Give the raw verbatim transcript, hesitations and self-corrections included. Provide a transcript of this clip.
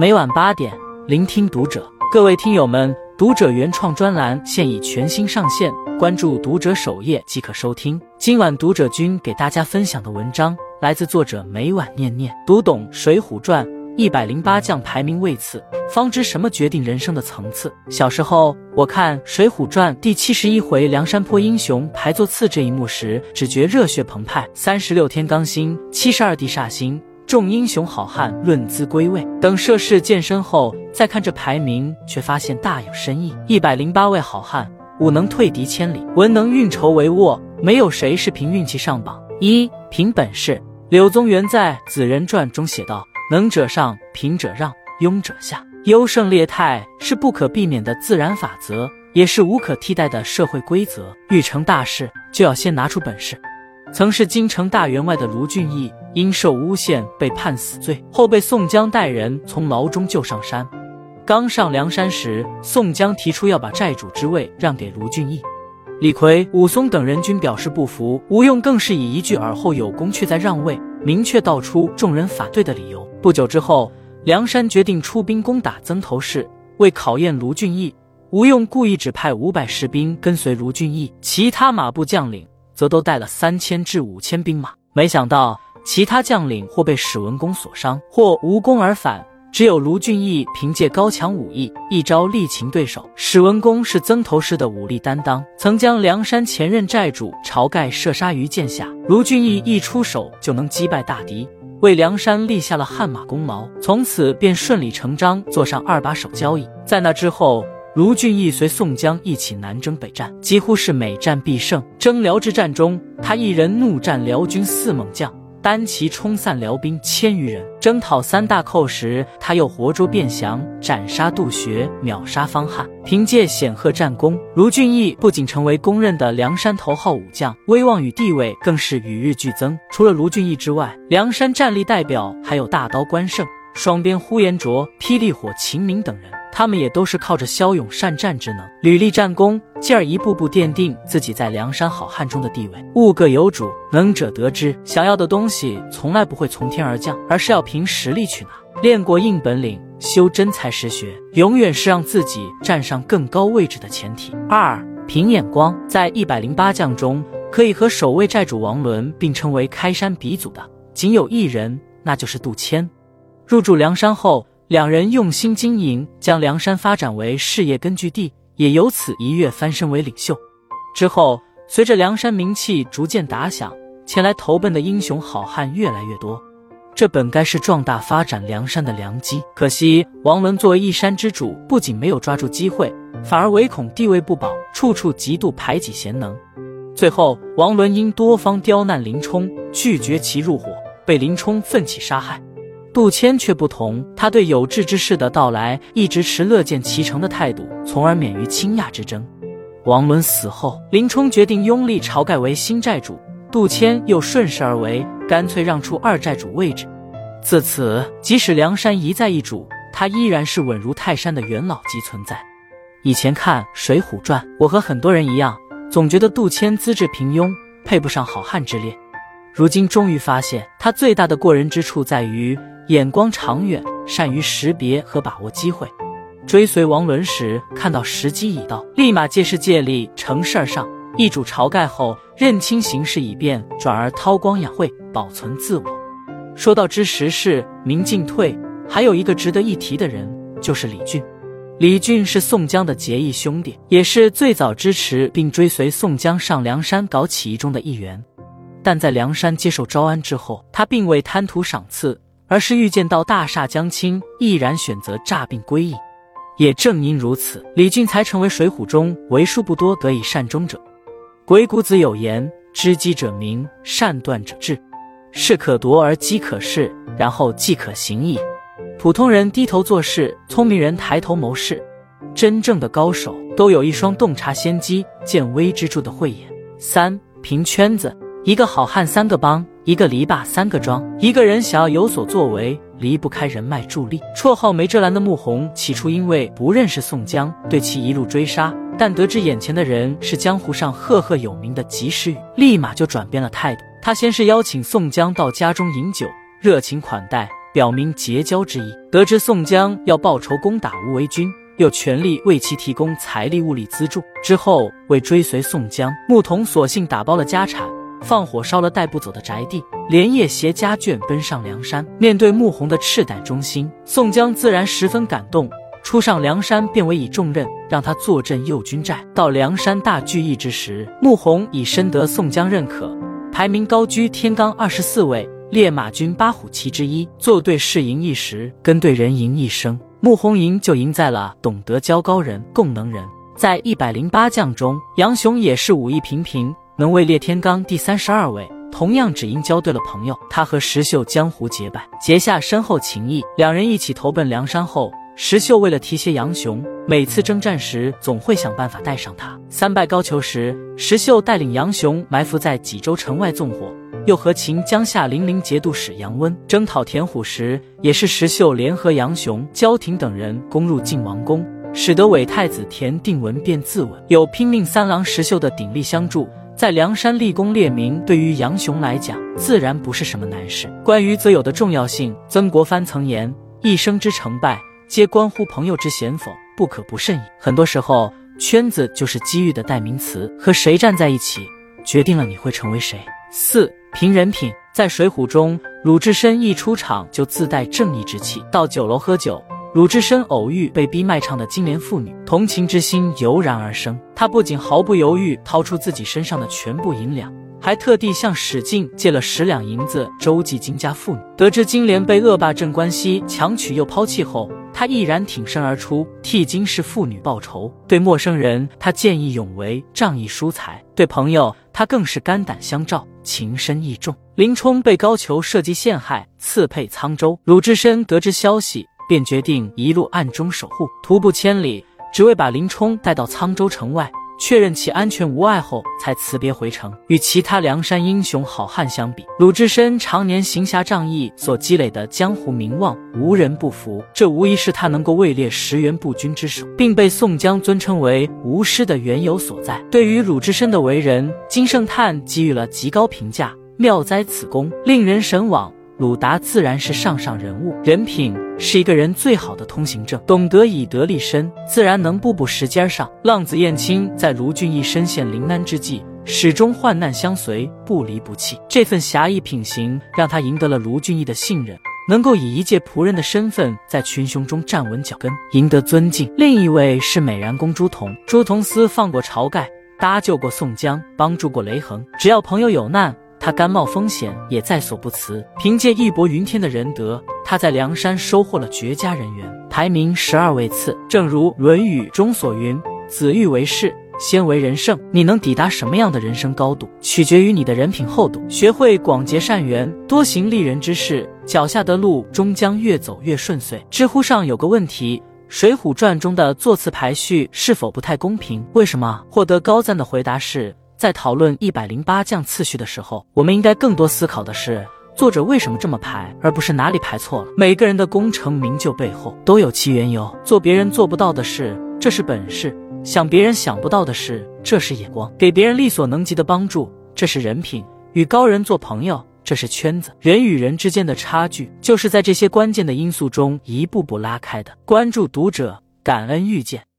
每晚八点，聆听读者。各位听友们，读者原创专栏现已全新上线，关注读者首页即可收听。今晚读者君给大家分享的文章来自作者每晚念念。读懂《水浒传》，一百零八将排名位次，方知什么决定人生的层次。小时候我看《水浒传》第七十一回梁山泊英雄排座次这一幕时，只觉热血澎湃。三十六天罡星，七十二地煞星，众英雄好汉论资归位。等涉世健身后，再看这排名，却发现大有深意。一百零八位好汉，武能退敌千里，文能运筹帷幄，没有谁是凭运气上榜。一凭本事。柳宗元在《紫人传》中写道：能者上，贫者让，庸者下。优胜劣汰是不可避免的自然法则，也是无可替代的社会规则。欲成大事，就要先拿出本事。曾是京城大员外的卢俊义，因受诬陷被判死罪，后被宋江带人从牢中救上山。刚上梁山时，宋江提出要把寨主之位让给卢俊义。李逵、武松等人均表示不服，吴用更是以一句尔后有功却在让位，明确道出众人反对的理由。不久之后，梁山决定出兵攻打曾头市。为考验卢俊义，吴用故意只派五百士兵跟随卢俊义，其他马步将领则都带了三千至五千兵马。没想到其他将领或被史文恭所伤，或无功而返，只有卢俊义凭借高强武艺，一招力擒对手。史文恭是曾头市的武力担当，曾将梁山前任寨主晁盖射杀于剑下。卢俊义一出手就能击败大敌，为梁山立下了汗马功劳，从此便顺理成章坐上二把手交椅。在那之后，卢俊义随宋江一起南征北战，几乎是每战必胜。征辽之战中，他一人怒战辽军四猛将，单骑冲散辽兵千余人。征讨三大寇时，他又活捉卞祥，斩杀杜学，秒杀方汉。凭借显赫战功，卢俊义不仅成为公认的梁山头号武将，威望与地位更是与日俱增。除了卢俊义之外，梁山战力代表还有大刀关胜、双鞭呼延灼、霹雳火秦明等人，他们也都是靠着骁勇善战之能，屡立战功，继而一步步奠定自己在梁山好汉中的地位。物各有主，能者得之。想要的东西从来不会从天而降，而是要凭实力去拿。练过硬本领，修真才实学，永远是让自己站上更高位置的前提。二凭眼光。在一百零八将中，可以和守卫寨主王伦并称为开山鼻祖的仅有一人，那就是杜迁。入驻梁山后，两人用心经营，将梁山发展为事业根据地，也由此一跃翻身为领袖。之后，随着梁山名气逐渐打响，前来投奔的英雄好汉越来越多，这本该是壮大发展梁山的良机。可惜王伦作为一山之主，不仅没有抓住机会，反而唯恐地位不保，处处极度排挤贤能。最后王伦因多方刁难林冲，拒绝其入伙，被林冲奋起杀害。杜迁却不同，他对有志之士的到来一直持乐见其成的态度，从而免于倾轧之争。王伦死后，林冲决定拥立晁盖为新寨主，杜迁又顺势而为，干脆让出二寨主位置。自此，即使梁山一再易主，他依然是稳如泰山的元老级存在。以前看《水浒传》，我和很多人一样，总觉得杜迁资质平庸，配不上好汉之列。如今终于发现，他最大的过人之处在于眼光长远，善于识别和把握机会。追随王伦时，看到时机已到，立马借势借力，乘势而上。易主晁盖后，认清形势已变，转而韬光养晦，保存自我。说到知时事，明进退，还有一个值得一提的人，就是李俊。李俊是宋江的结义兄弟，也是最早支持并追随宋江上梁山搞起义中的一员。但在梁山接受招安之后，他并未贪图赏赐，而是预见到大厦将倾，毅然选择诈病归义。也正因如此，李俊才成为水浒中为数不多得以善终者。鬼谷子有言：知机者明，善断者智。事可夺而机可恃，然后计可行矣。普通人低头做事，聪明人抬头谋事。真正的高手都有一双洞察先机、见微知著的慧眼。三凭圈子。一个好汉三个帮，一个篱笆三个桩。一个人想要有所作为，离不开人脉助力。绰号梅遮拦的穆弘，起初因为不认识宋江，对其一路追杀，但得知眼前的人是江湖上赫赫有名的及时雨，立马就转变了态度。他先是邀请宋江到家中饮酒，热情款待， 表明结交之意。得知宋江要报仇攻打无为军，又全力为其提供财力物力资助。之后为追随宋江，牧童索性打包了家产，放火烧了带不走的宅地，连夜携家眷奔上梁山。面对穆弘的赤胆忠心，宋江自然十分感动。初上梁山便委以重任，让他坐镇右军寨。到梁山大聚义之时，穆弘已深得宋江认可，排名高居天罡二十四位，列马军八虎旗之一。做对事赢一时，跟对人赢一生。穆弘赢就赢在了懂得交高人、共能人。在一百零八将中，杨雄也是武艺平平，能位列天罡第三十二位。同样只因交对了朋友，他和石秀江湖结拜，结下深厚情谊。两人一起投奔梁山后，石秀为了提携杨雄，每次征战时总会想办法带上他。三拜高俅时，石秀带领杨雄埋伏在济州城外纵火，又和秦江夏零陵节度使杨温征讨田虎时，也是石秀联合杨雄、焦廷等人攻入晋王宫，使得伪太子田定文便自刎。有拼命三郎石秀的鼎力相助，在梁山立功列名，对于杨雄来讲自然不是什么难事。关于择友的重要性，曾国藩曾言：一生之成败，皆关乎朋友之贤否，不可不慎矣。很多时候，圈子就是机遇的代名词，和谁站在一起，决定了你会成为谁。四、凭人品。在水浒中，鲁智深一出场就自带正义之气。到酒楼喝酒，鲁智深偶遇被逼卖唱的金莲妇女，同情之心油然而生。他不仅毫不犹豫掏出自己身上的全部银两，还特地向史进借了十两银子周济金家妇女。得知金莲被恶霸镇关西强娶又抛弃后，他毅然挺身而出，替金氏妇女报仇。对陌生人，他见义勇为，仗义疏财；对朋友，他更是肝胆相照，情深义重。林冲被高俅设计陷害，刺配沧州。鲁智深得知消息，便决定一路暗中守护，徒步千里，只为把林冲带到沧州城外，确认其安全无碍后，才辞别回城。与其他梁山英雄好汉相比，鲁智深常年行侠仗义所积累的江湖名望，无人不服。这无疑是他能够位列十员步军之首，并被宋江尊称为无师的缘由所在。对于鲁智深的为人，金圣叹给予了极高评价，妙哉此功，令人神往。鲁达自然是上上人物，人品是一个人最好的通行证，懂得以德立身，自然能步步石阶上。浪子燕青在卢俊义身陷临难之际，始终患难相随，不离不弃。这份侠义品行让他赢得了卢俊义的信任，能够以一介仆人的身份在群雄中站稳脚跟，赢得尊敬。另一位是美髯公朱仝，朱仝私放过晁盖，搭救过宋江，帮助过雷横，只要朋友有难，他甘冒风险也在所不辞。凭借义薄云天的仁德，他在梁山收获了绝佳人缘，排名十二位次。正如《论语》中所云：子欲为士，先为人圣。你能抵达什么样的人生高度，取决于你的人品厚度。学会广结善缘，多行利人之事，脚下的路终将越走越顺遂。知乎上有个问题：水浒传中的座次排序是否不太公平？为什么？获得高赞的回答是：在讨论一百零八将次序的时候，我们应该更多思考的是作者为什么这么排，而不是哪里排错了。每个人的功成名就背后都有其缘由，做别人做不到的事，这是本事；想别人想不到的事，这是眼光；给别人力所能及的帮助，这是人品；与高人做朋友，这是圈子。人与人之间的差距，就是在这些关键的因素中一步步拉开的。关注读者，感恩遇见。